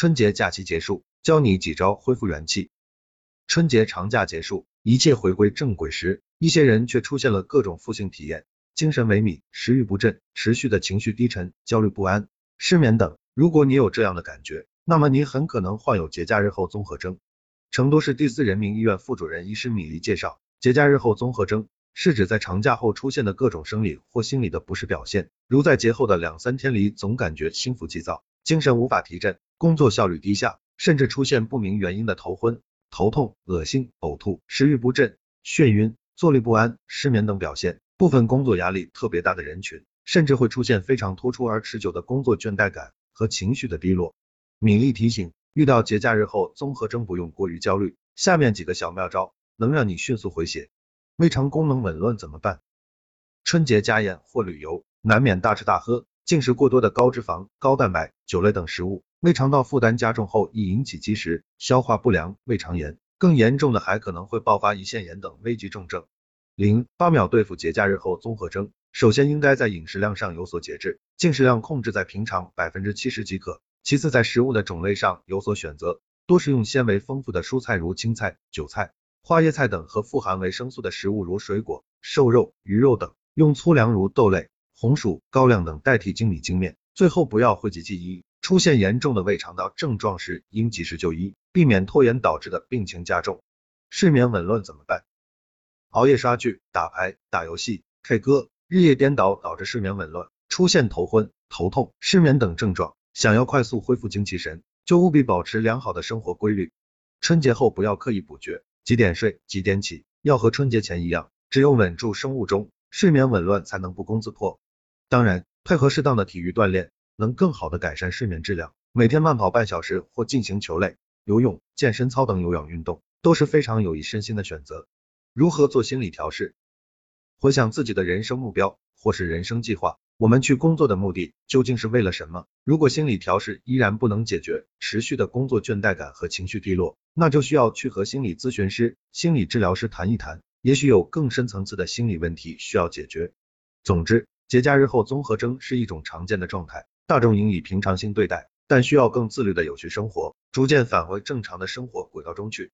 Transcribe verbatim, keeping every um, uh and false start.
春节假期结束，教你几招恢复元气。春节长假结束，一切回归正轨时，一些人却出现了各种负性体验，精神萎靡、食欲不振、持续的情绪低沉、焦虑不安、失眠等。如果你有这样的感觉，那么你很可能患有节假日后综合征。成都市第四人民医院副主任医师米粒介绍，节假日后综合征是指在长假后出现的各种生理或心理的不适表现，如在节后的两三天里总感觉心浮气躁，精神无法提振，工作效率低下，甚至出现不明原因的头昏、头痛、恶心、呕吐、食欲不振、眩晕、坐立不安、失眠等表现。部分工作压力特别大的人群，甚至会出现非常突出而持久的工作倦怠感和情绪的低落。米粒提醒，遇到节假日后综合征不用过于焦虑，下面几个小妙招能让你迅速回血。胃肠功能紊乱怎么办？春节家宴或旅游，难免大吃大喝，进食过多的高脂肪、高蛋白、酒类等食物，胃肠道负担加重后易引起积食、消化不良、胃肠炎，更严重的还可能会爆发胰腺炎等危急重症。零八秒对付节假日后综合征，首先应该在饮食量上有所节制，进食量控制在平常 百分之七十 即可。其次在食物的种类上有所选择，多食用纤维丰富的蔬菜如青菜、韭菜、花椰菜等和富含维生素的食物如水果、瘦肉、鱼肉等，用粗粮如豆类、红薯、高粱等代替精米精面。最后不要讳疾忌医，出现严重的胃肠道症状时应及时就医，避免拖延导致的病情加重。睡眠紊乱怎么办？熬夜刷剧、打牌、打游戏、K 歌，日夜颠倒导致睡眠紊乱，出现头昏、头痛、失眠等症状。想要快速恢复精气神，就务必保持良好的生活规律。春节后不要刻意补觉，几点睡几点起，要和春节前一样，只有稳住生物钟，睡眠紊乱才能不攻自破。当然，配合适当的体育锻炼，能更好的改善睡眠质量。每天慢跑半小时或进行球类、游泳、健身操等有氧运动，都是非常有益身心的选择。如何做心理调试？回想自己的人生目标或是人生计划，我们去工作的目的究竟是为了什么？如果心理调试依然不能解决持续的工作倦怠感和情绪低落，那就需要去和心理咨询师、心理治疗师谈一谈，也许有更深层次的心理问题需要解决。总之，节假日后综合征是一种常见的状态，大众应以平常心对待，但需要更自律的有序生活，逐渐返回正常的生活轨道中去。